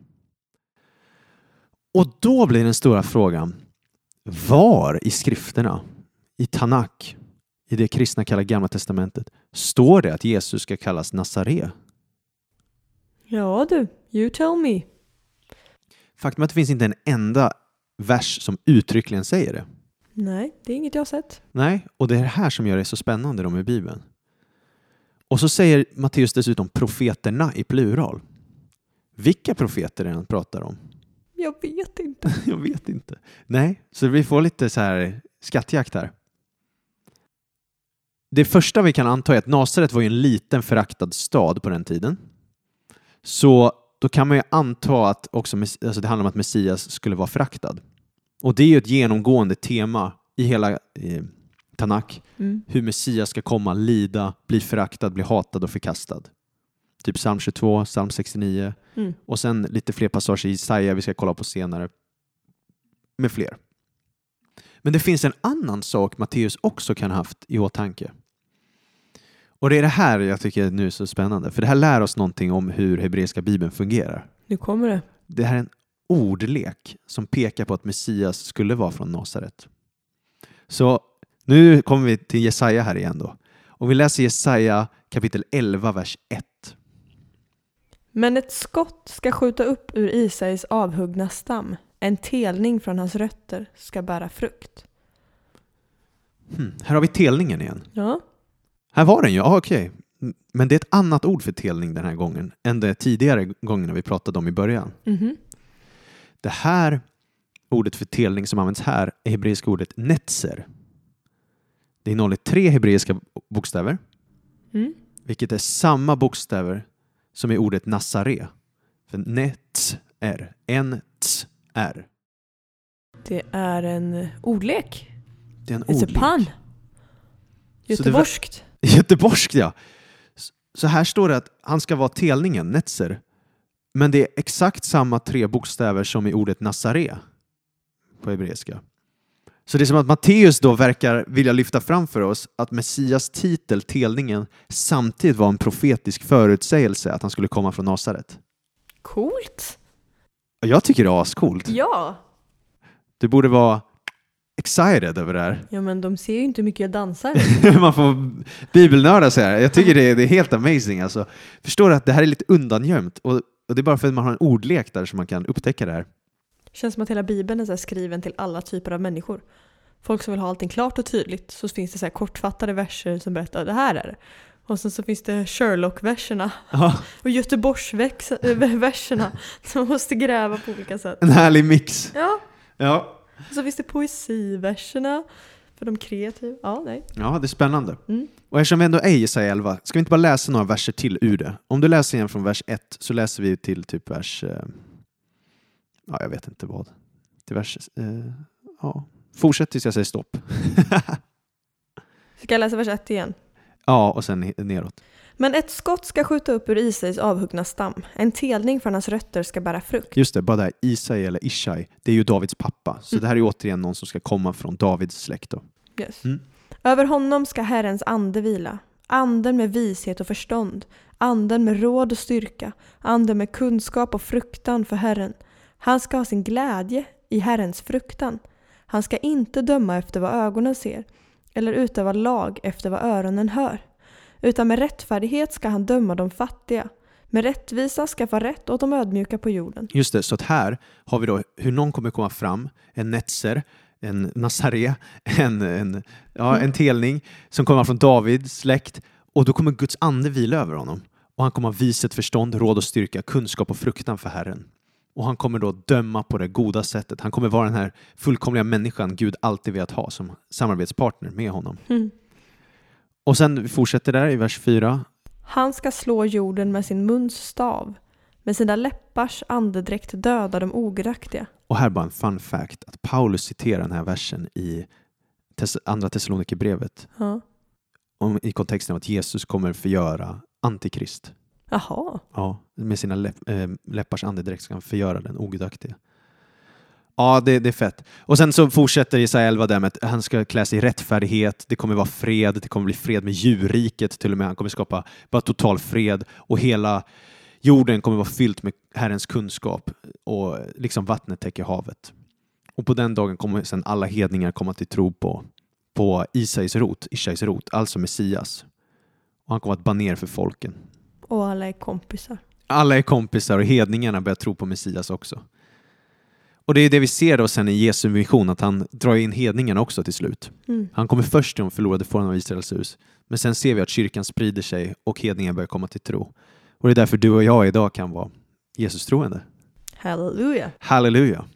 Och då blir den stora frågan, var i skrifterna, i Tanakh, i det kristna kallar Gamla testamentet, står det att Jesus ska kallas Nazare? Ja du, you tell me. Faktum är att det finns inte en enda vers som uttryckligen säger det. Nej, det är inget jag har sett. Nej, och det är det här som gör det så spännande då med Bibeln. Och så säger Matteus dessutom profeterna i plural. Vilka profeter är han pratar om? Jag vet inte. Jag vet inte. Nej, så vi får lite så här skattjakt här. Det första vi kan anta är att Nasaret var ju en liten föraktad stad på den tiden. Så då kan man ju anta att också, alltså det handlar om att Messias skulle vara föraktad. Och det är ju ett genomgående tema i hela Tanakh. Hur Messias ska komma, lida, bli föraktad, bli hatad och förkastad. Typ psalm 22, psalm 69. Och sen lite fler passager i Jesaja vi ska kolla på senare. Med fler. Men det finns en annan sak Matteus också kan ha haft i åtanke. Och det är det här jag tycker nu är så spännande. För det här lär oss någonting om hur hebreiska bibeln fungerar. Nu kommer det. Det här är en ordlek som pekar på att Messias skulle vara från Nasaret. Så nu kommer vi till Jesaja här igen då. Och vi läser Jesaja kapitel 11, vers 1. Men ett skott ska skjuta upp ur Isais avhuggna stam. En telning från hans rötter ska bära frukt. Här har vi telningen igen. Ja. Här var den ju, okej. Men det är ett annat ord för telning den här gången än det tidigare gångerna vi pratade om i början. Mhm. Det här ordet för telning som används här är hebreiska ordet netzer. Det innehåller 3 hebreiska bokstäver, vilket är samma bokstäver som i ordet Nazare. För netzer, N-T-R. Det är en ordlek. Det är en It's ordlek. a pun. Göteborgskt. Göteborgskt, ja. Så här står det att han ska vara telningen, netzer. Men det är exakt samma 3 bokstäver som i ordet Nazare på hebreiska. Så det är som att Matteus då verkar vilja lyfta fram för oss att Messias titel, telningen, samtidigt var en profetisk förutsägelse att han skulle komma från Nasaret. Coolt. Jag tycker det är ascoolt. Ja. Du borde vara excited över det här. Ja, men de ser ju inte hur mycket jag dansar. Man får bibelnörda sig här. Jag tycker det är helt amazing. Alltså, förstår du att det här är lite undangömt? Och det är bara för att man har en ordlek där som man kan upptäcka det här. Känns som att hela Bibeln är så här skriven till alla typer av människor. Folk som vill ha allting klart och tydligt. Så finns det så här kortfattade verser som berättar det här är det. Och sen så finns det Sherlock-verserna. Ja. Och Göteborgs-verserna. Som måste gräva på olika sätt. En härlig mix. Ja. Ja. Och så finns det poesiverserna. För de kreativa. Ja, nej. Ja, det är spännande. Mm. Och eftersom vi ändå är i Jesaja 11, ska vi inte bara läsa några verser till ur det? Om du läser igen från vers 1 så läser vi till typ vers... ja, jag vet inte vad. Till vers... ja. Fortsätt tills jag säger stopp. Ska jag läsa vers 1 igen? Ja, och sen neråt. Men ett skott ska skjuta upp ur Isais avhuggna stam. En telning från hans rötter ska bära frukt. Just det, bara där Isai eller Ishai, det är ju Davids pappa. Så det här är ju återigen någon som ska komma från Davids släkt då. Yes. Mm. Över honom ska Herrens ande vila. Anden med vishet och förstånd. Anden med råd och styrka. Anden med kunskap och fruktan för Herren. Han ska ha sin glädje i Herrens fruktan. Han ska inte döma efter vad ögonen ser. Eller utöva lag efter vad öronen hör. Utan med rättfärdighet ska han döma de fattiga. Med rättvisa ska få rätt åt de ödmjuka på jorden. Just det, så att här har vi då hur någon kommer komma fram, en netzer, en Nazare, en telning som kommer från Davids släkt, och då kommer Guds ande vila över honom. Och han kommer ha vishet, förstånd, råd och styrka, kunskap och fruktan för Herren. Och han kommer då döma på det goda sättet. Han kommer vara den här fullkomliga människan Gud alltid velat ha som samarbetspartner med honom. Mm. Och sen fortsätter där i vers 4. Han ska slå jorden med sin muns stav. Med sina läppars andedräkt döda de ogudaktiga. Och här bara en fun fact att Paulus citerar den här versen i andra Thessalonikerbrevet. Ja. I kontexten av att Jesus kommer förgöra antikrist. Jaha. Ja, med sina läppars andedräkt ska han förgöra den ogudaktiga. Ja, det är fett. Och sen så fortsätter Jesaja 11 där med att han ska klä sig i rättfärdighet. Det kommer vara fred. Det kommer bli fred med djurriket till och med. Han kommer skapa bara total fred. Och hela jorden kommer vara fyllt med Herrens kunskap. Och liksom vattnet täcker havet. Och på den dagen kommer sen alla hedningar komma till tro på Ishais rot, alltså Messias. Och han kommer att baner för folken. Och alla är kompisar. Alla är kompisar och hedningarna börjar tro på Messias också. Och det är det vi ser då sen i Jesu vision, att han drar in hedningarna också till slut. Mm. Han kommer först de förlorade fåren av Israels hus. Men sen ser vi att kyrkan sprider sig och hedningarna börjar komma till tro. Och det är därför du och jag idag kan vara Jesus troende. Halleluja. Halleluja.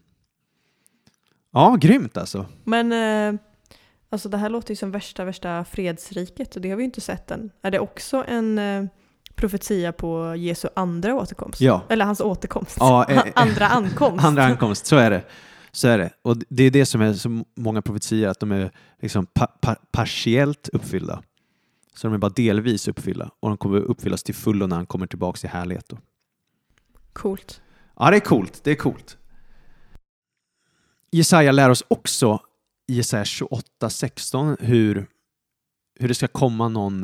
Ja, grymt alltså. Men alltså det här låter ju som värsta fredsriket. Och det har vi ju inte sett än. Är det också en profetia på Jesu andra återkomst? Ja. Eller hans återkomst. Ja, andra ankomst. Andra ankomst, så är det. Så är det. Och det är det som är så många profetier, att de är liksom partiellt uppfyllda. Så de är bara delvis uppfyllda. Och de kommer uppfyllas till fullo när han kommer tillbaka i härlighet då. Coolt. Ja, det är coolt. Det är coolt. Jesaja lär oss också i Jesaja 28:16 hur det ska komma någon...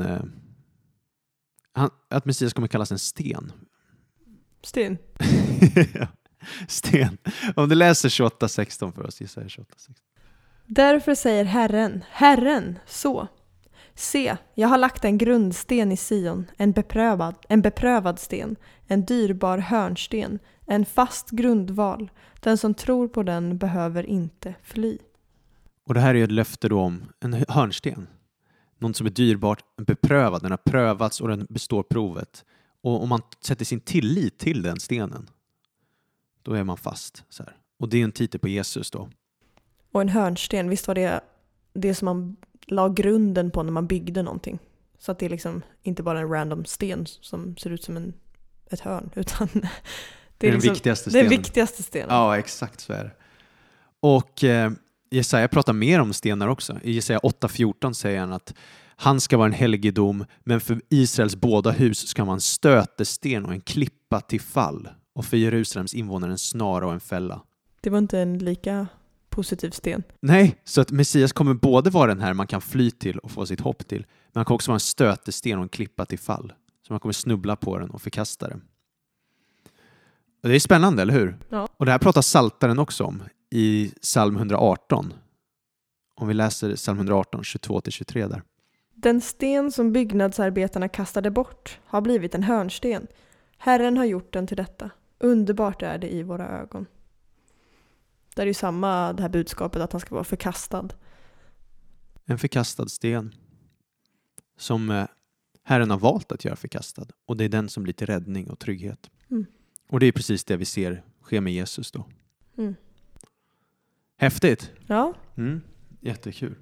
att Messias kommer kallas en sten. Sten. Sten. Om du läser 28:16 för oss, Jesaja 28:16. Därför säger Herren, så. Se, jag har lagt en grundsten i Sion, en beprövad sten, en dyrbar hörnsten, en fast grundval. Den som tror på den behöver inte fly. Och det här är ju ett löfte då om en hörnsten. Något som är dyrbart, beprövad, den har prövats och den består provet. Och om man sätter sin tillit till den stenen, då är man fast. Så här. Och det är en titel på Jesus då. Och en hörnsten, visst var det som man la grunden på när man byggde någonting. Så att det är liksom inte bara en random sten som ser ut som ett hörn, utan det är den liksom, viktigaste stenen. Den viktigaste stenen. Ja, exakt så är det. Och Jesaja pratar mer om stenar också. I Jesaja 8:14 säger han att han ska vara en helgedom, men för Israels båda hus ska vara en stötesten och en klippa till fall. Och för Jerusalems invånare en snara och en fälla. Det var inte en lika positiv sten. Nej, så att Messias kommer både vara den här man kan fly till och få sitt hopp till, men han kan också vara en stötesten och en klippa till fall. Så man kommer snubbla på den och förkasta den. Och det är spännande, eller hur? Ja. Och det här pratar Psaltaren också om i psalm 118. Om vi läser psalm 118, 22-23 där. Den sten som byggnadsarbetarna kastade bort har blivit en hörnsten. Herren har gjort den till detta. Underbart är det i våra ögon. Det är ju samma det här budskapet att han ska vara förkastad. En förkastad sten som Herren har valt att göra förkastad. Och det är den som blir till räddning och trygghet. Mm. Och det är precis det vi ser ske med Jesus då. Mm. Häftigt. Ja. Jättekul.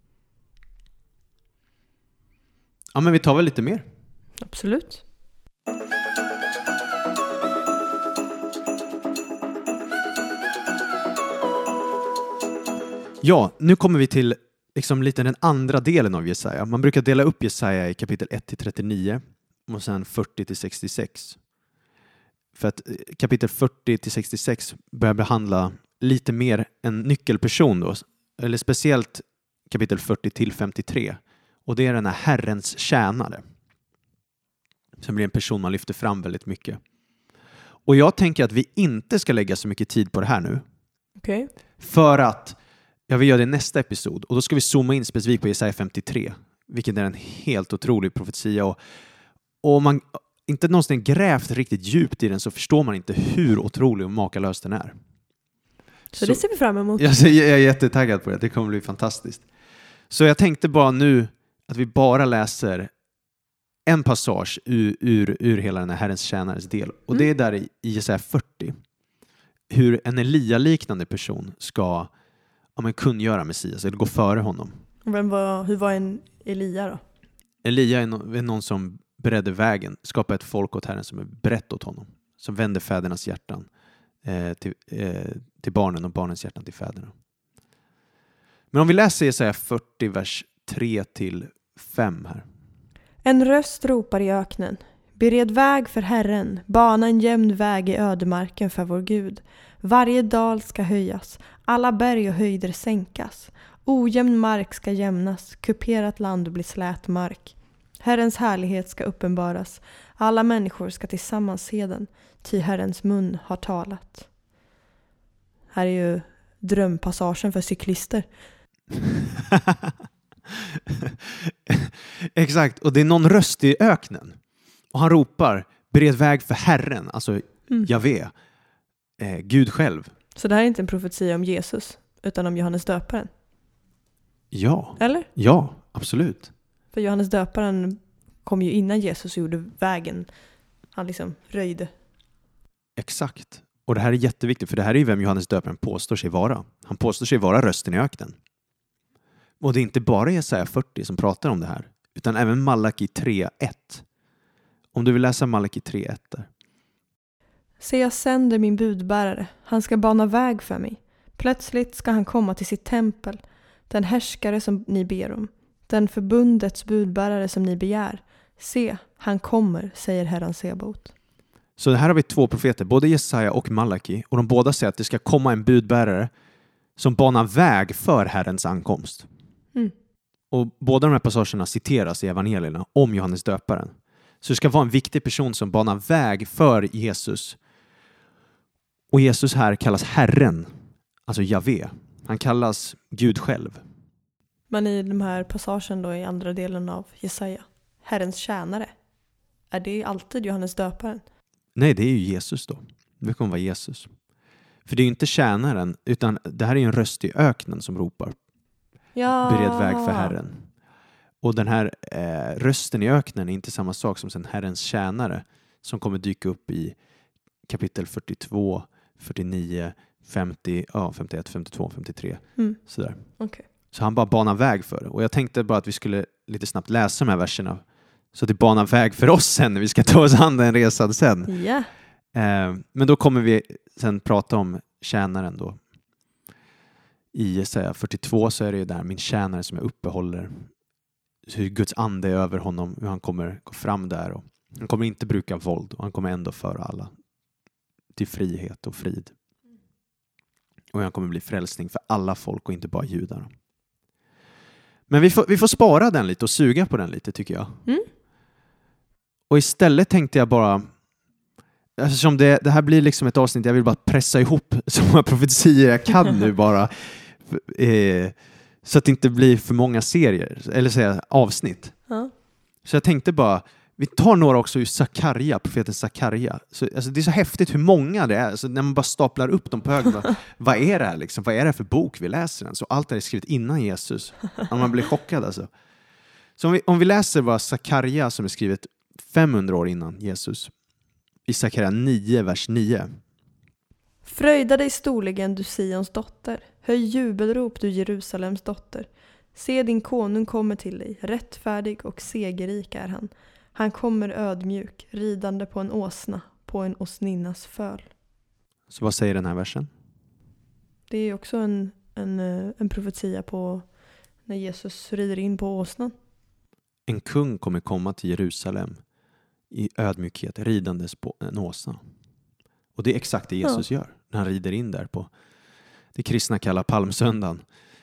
Ja, men vi tar väl lite mer. Absolut. Ja, nu kommer vi till liksom lite den andra delen av Jesaja. Man brukar dela upp Jesaja i kapitel 1-39 och sen 40-66. För att kapitel 40-66 börjar behandla lite mer en nyckelperson då, eller speciellt kapitel 40-53. Och det är den här Herrens tjänare. Som blir en person man lyfter fram väldigt mycket. Och jag tänker att vi inte ska lägga så mycket tid på det här nu. Okej. För att jag vill göra det i nästa episod. Och då ska vi zooma in specifikt på Jesaja 53. Vilket är en helt otrolig profetia. Och om man inte någonsin grävt riktigt djupt i den så förstår man inte hur otrolig och makalös den är. Så det ser vi fram emot. Jag är jättetaggad på det. Det kommer bli fantastiskt. Så jag tänkte bara nu att vi bara läser en passage ur hela den här Herrens tjänares del. Och det är där i Jesaja 40. Hur en Elia-liknande person ska kungöra Messias eller gå före honom. Hur var en Elia då? Elia är någon som beredde vägen, skapade ett folk åt Herren som är berett åt honom. Som vänder fädernas hjärtan till barnen och barnens hjärtan till fäderna. Men om vi läser Jesaja 40, vers 3-5 här. En röst ropar i öknen. Bered väg för Herren, bana en jämn väg i ödemarken för vår Gud. Varje dal ska höjas, alla berg och höjder sänkas. Ojämn mark ska jämnas, kuperat land blir slät mark. Herrens härlighet ska uppenbaras, alla människor ska tillsammans se den, ty Herrens mun har talat. Här är ju drömpassagen för cyklister. Exakt, och det är någon röst i öknen. Och han ropar, bered väg för Herren, alltså Javé, Gud själv. Så det här är inte en profetia om Jesus, utan om Johannes döparen? Ja. Eller? Ja, absolut. För Johannes döparen kom ju innan Jesus gjorde vägen. Han liksom röjde. Exakt. Och det här är jätteviktigt, för det här är ju vem Johannes döparen påstår sig vara. Han påstår sig vara rösten i öknen. Och det är inte bara Jesaja 40 som pratar om det här, utan även Malaki 3:1. Om du vill läsa Malaki 3:1 där. Se, jag sänder min budbärare. Han ska bana väg för mig. Plötsligt ska han komma till sitt tempel. Den härskare som ni ber om. Den förbundets budbärare som ni begär. Se, han kommer, säger Herren Sebot. Så här har vi två profeter, både Jesaja och Malaki. Och de båda säger att det ska komma en budbärare som banar väg för Herrens ankomst. Och båda de här passagerna citeras i evangelierna om Johannes döparen. Så det ska vara en viktig person som banar väg för Jesus. Och Jesus här kallas Herren, alltså Javé. Han kallas Gud själv. Men i de här passagen då i andra delen av Jesaja, Herrens tjänare, är det alltid Johannes döparen? Nej, det är ju Jesus då. Det kommer vara Jesus. För det är ju inte tjänaren, utan det här är ju en röst i öknen som ropar. Ja. Bered väg för Herren. Och den här rösten i öknen är inte samma sak som sen Herrens tjänare som kommer dyka upp i kapitel 42, 49, 50, 51, 52, 53. Sådär. Okay. Så han bara banar väg för det. Och jag tänkte bara att vi skulle lite snabbt läsa de här verserna så att det banar väg för oss sen när vi ska ta oss an den resan sen. Yeah. Men då kommer vi sen prata om tjänaren då. I Jesaja 42 så är det ju där min tjänare som jag uppehåller. Hur Guds ande är över honom, hur han kommer gå fram där. Och han kommer inte bruka våld och han kommer ändå föra alla till frihet och frid. Och han kommer bli frälsning för alla folk och inte bara judar. Men vi får spara den lite och suga på den lite tycker jag. Och istället tänkte jag bara, eftersom det här blir liksom ett avsnitt, jag vill bara pressa ihop så många profetier jag kan nu bara. Så att det inte blir för många serier, eller säga avsnitt. Så jag tänkte bara, vi tar några också ur Sakarja, profeten Sakarja. Så, alltså, det är så häftigt hur många det är. Alltså, när man bara staplar upp dem på högen. Vad är det här liksom? Vad är det för bok vi läser? Så allt är skrivet innan Jesus. Man blir chockad alltså. Så om vi läser vad Sakarja som är skrivet 500 år innan Jesus. I Sakarja 9, vers 9. Fröjda dig storligen, du Sions dotter. Höj jubelrop, du Jerusalems dotter. Se, din konung kommer till dig. Rättfärdig och segerrik är han. Han kommer ödmjuk, ridande på en åsna, på en åsninnas föl. Så vad säger den här versen? Det är också en profetia på när Jesus rider in på åsnan. En kung kommer komma till Jerusalem i ödmjukhet, ridandes på en åsna. Och det är exakt det Jesus gör när han rider in där på det kristna kallar palmsöndagen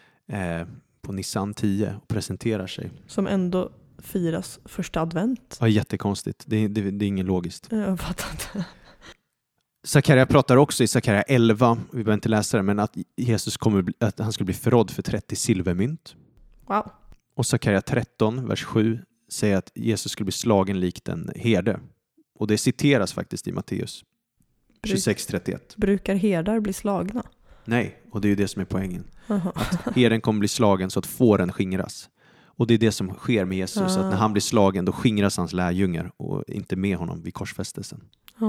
på Nissan 10 och presenterar sig. Som ändå firas första advent. Ja, jättekonstigt. Det är ingen logiskt. Jag fattar inte. Sakarja pratar också i Sakarja 11, vi behöver inte läsa det, men att Jesus att han skulle bli förrådd för 30 silvermynt. Wow. Och Sakarja 13, vers 7 säger att Jesus skulle bli slagen likt en herde. Och det citeras faktiskt i Matteus 26:31. Brukar herdar bli slagna? Nej, och det är ju det som är poängen. Att herden kommer bli slagen så att fåren skingras. Och det är det som sker med Jesus. Att när han blir slagen då skingras hans lärjungar och inte med honom vid korsfästelsen.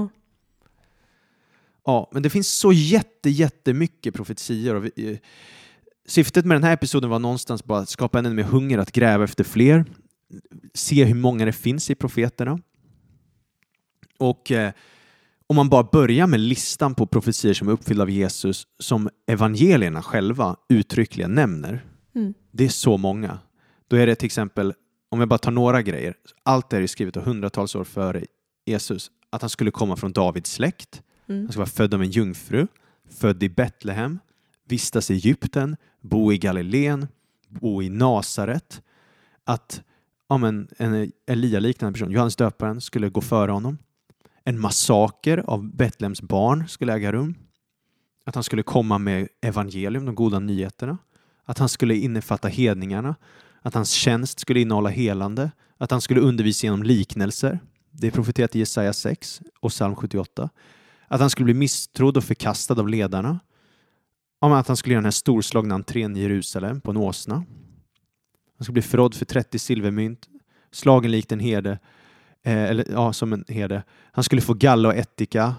Ja, men det finns så jättemycket profetier. Och syftet med den här episoden var någonstans bara att skapa ännu mer hunger att gräva efter fler. Se hur många det finns i profeterna. Och om man bara börjar med listan på profetier som är uppfyllda av Jesus som evangelierna själva uttryckligen nämner. Det är så många. Då är det till exempel, om jag bara tar några grejer, allt är ju skrivet av hundratals år före Jesus, att han skulle komma från Davids släkt. Han skulle vara född av en jungfru, född i Betlehem, vistas i Egypten, bo i Galileen, bo i Nasaret. Att en Elia-liknande person, Johannes döparen, skulle gå före honom. En massaker av Betlehems barn skulle äga rum. Att han skulle komma med evangelium, de goda nyheterna. Att han skulle innefatta hedningarna. Att hans tjänst skulle innehålla helande. Att han skulle undervisa genom liknelser. Det är profeterat i Jesaja 6 och psalm 78. Att han skulle bli misstrodd och förkastad av ledarna. Att han skulle göra den här storslagna entrén i Jerusalem på en åsna. Han skulle bli förrådd för 30 silvermynt. Slagen likt en herde. Som en herde. Han skulle få galla och ättika.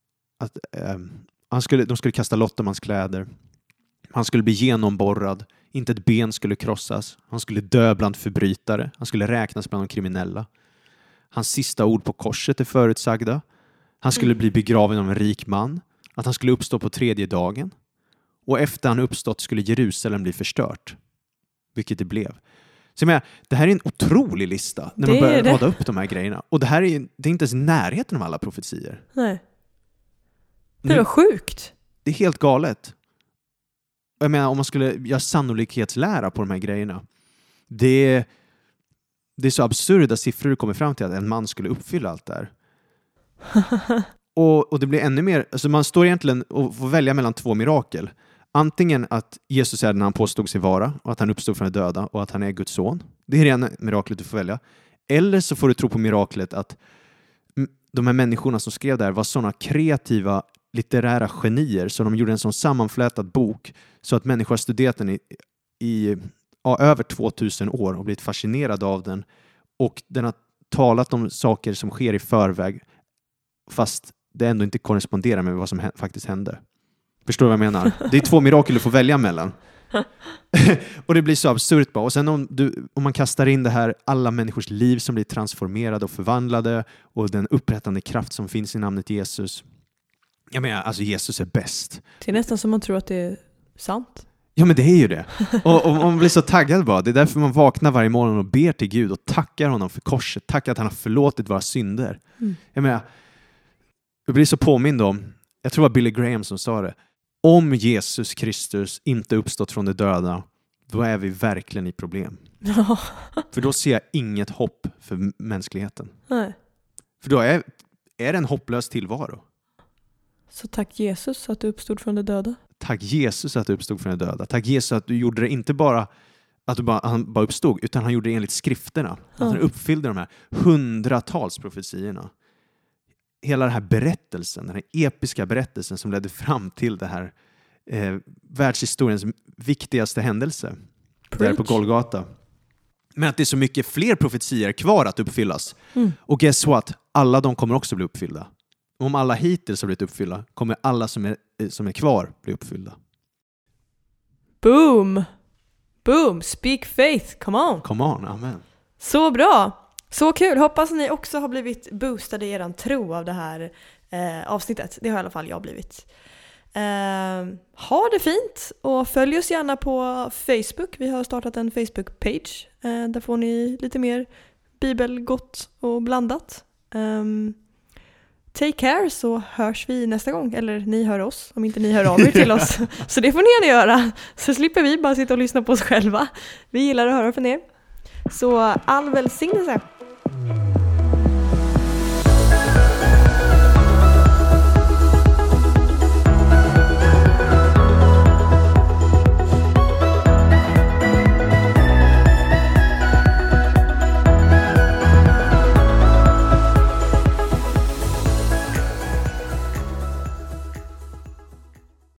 De skulle kasta lott om hans kläder. Han skulle bli genomborrad. Inte ett ben skulle krossas. Han skulle dö bland förbrytare. Han skulle räknas bland de kriminella. Hans sista ord på korset är förutsagda. Han skulle bli begraven av en rik man. Att han skulle uppstå på 3:e dagen. Och efter han uppstått skulle Jerusalem bli förstört. Vilket det blev. Så det här är en otrolig lista när man börjar rada upp de här grejerna. Och det är inte ens närheten av alla profetier. Nej. Det var sjukt. Det är helt galet. Jag menar, om man skulle göra sannolikhetslära på de här grejerna. Det är så absurda siffror du kommer fram till att en man skulle uppfylla allt där. Och det blir ännu mer, alltså man står egentligen och får välja mellan 2 mirakel. Antingen att Jesus är den han påstod sig vara och att han uppstod från de döda och att han är Guds son. Det är det ena miraklet du får välja. Eller så får du tro på miraklet att de här människorna som skrev där var sådana kreativa litterära genier så de gjorde en sån sammanflätad bok så att människor har studerat den i över 2000 år och blivit fascinerade av den. Och den har talat om saker som sker i förväg fast det ändå inte korresponderar med vad som faktiskt hände. Förstår du vad jag menar? Det är 2 mirakel du får välja mellan. Och det blir så absurt bara. Och sen om man kastar in det här, alla människors liv som blir transformerade och förvandlade och den upprättande kraft som finns i namnet Jesus. Jag menar, alltså Jesus är bäst. Det är nästan som man tror att det är sant. Ja, men det är ju det. Och man blir så taggad bara. Det är därför man vaknar varje morgon och ber till Gud och tackar honom för korset. Tackar att han har förlåtit våra synder. Jag menar, jag blir så påmind om, jag tror det var Billy Graham som sa det. Om Jesus Kristus inte uppstått från de döda, då är vi verkligen i problem. För då ser jag inget hopp för mänskligheten. Nej. För då är det en hopplös tillvaro. Så tack Jesus att du uppstod från de döda. Tack Jesus att du uppstod från de döda. Tack Jesus att du gjorde det inte bara att han bara uppstod, utan han gjorde det enligt skrifterna. Att han uppfyllde de här hundratals profetiorna. Hela den här berättelsen, den här episka berättelsen som ledde fram till det här världshistoriens viktigaste händelse. Där på Golgata. Men att det är så mycket fler profetier kvar att uppfyllas. Och guess what? Alla de kommer också bli uppfyllda. Om alla hittills har blivit uppfyllda kommer alla som är kvar bli uppfyllda. Boom! Boom! Speak faith! Come on! Come on, amen. Så bra! Så kul! Hoppas ni också har blivit boostade i eran tro av det här avsnittet. Det har i alla fall jag blivit. Ha det fint och följ oss gärna på Facebook. Vi har startat en Facebook-page. Där får ni lite mer bibelgott och blandat. Take care, så hörs vi nästa gång. Eller ni hör oss, om inte ni hör av er till oss. Så det får ni gärna göra. Så slipper vi bara sitta och lyssna på oss själva. Vi gillar att höra från er. Så all välsignelse!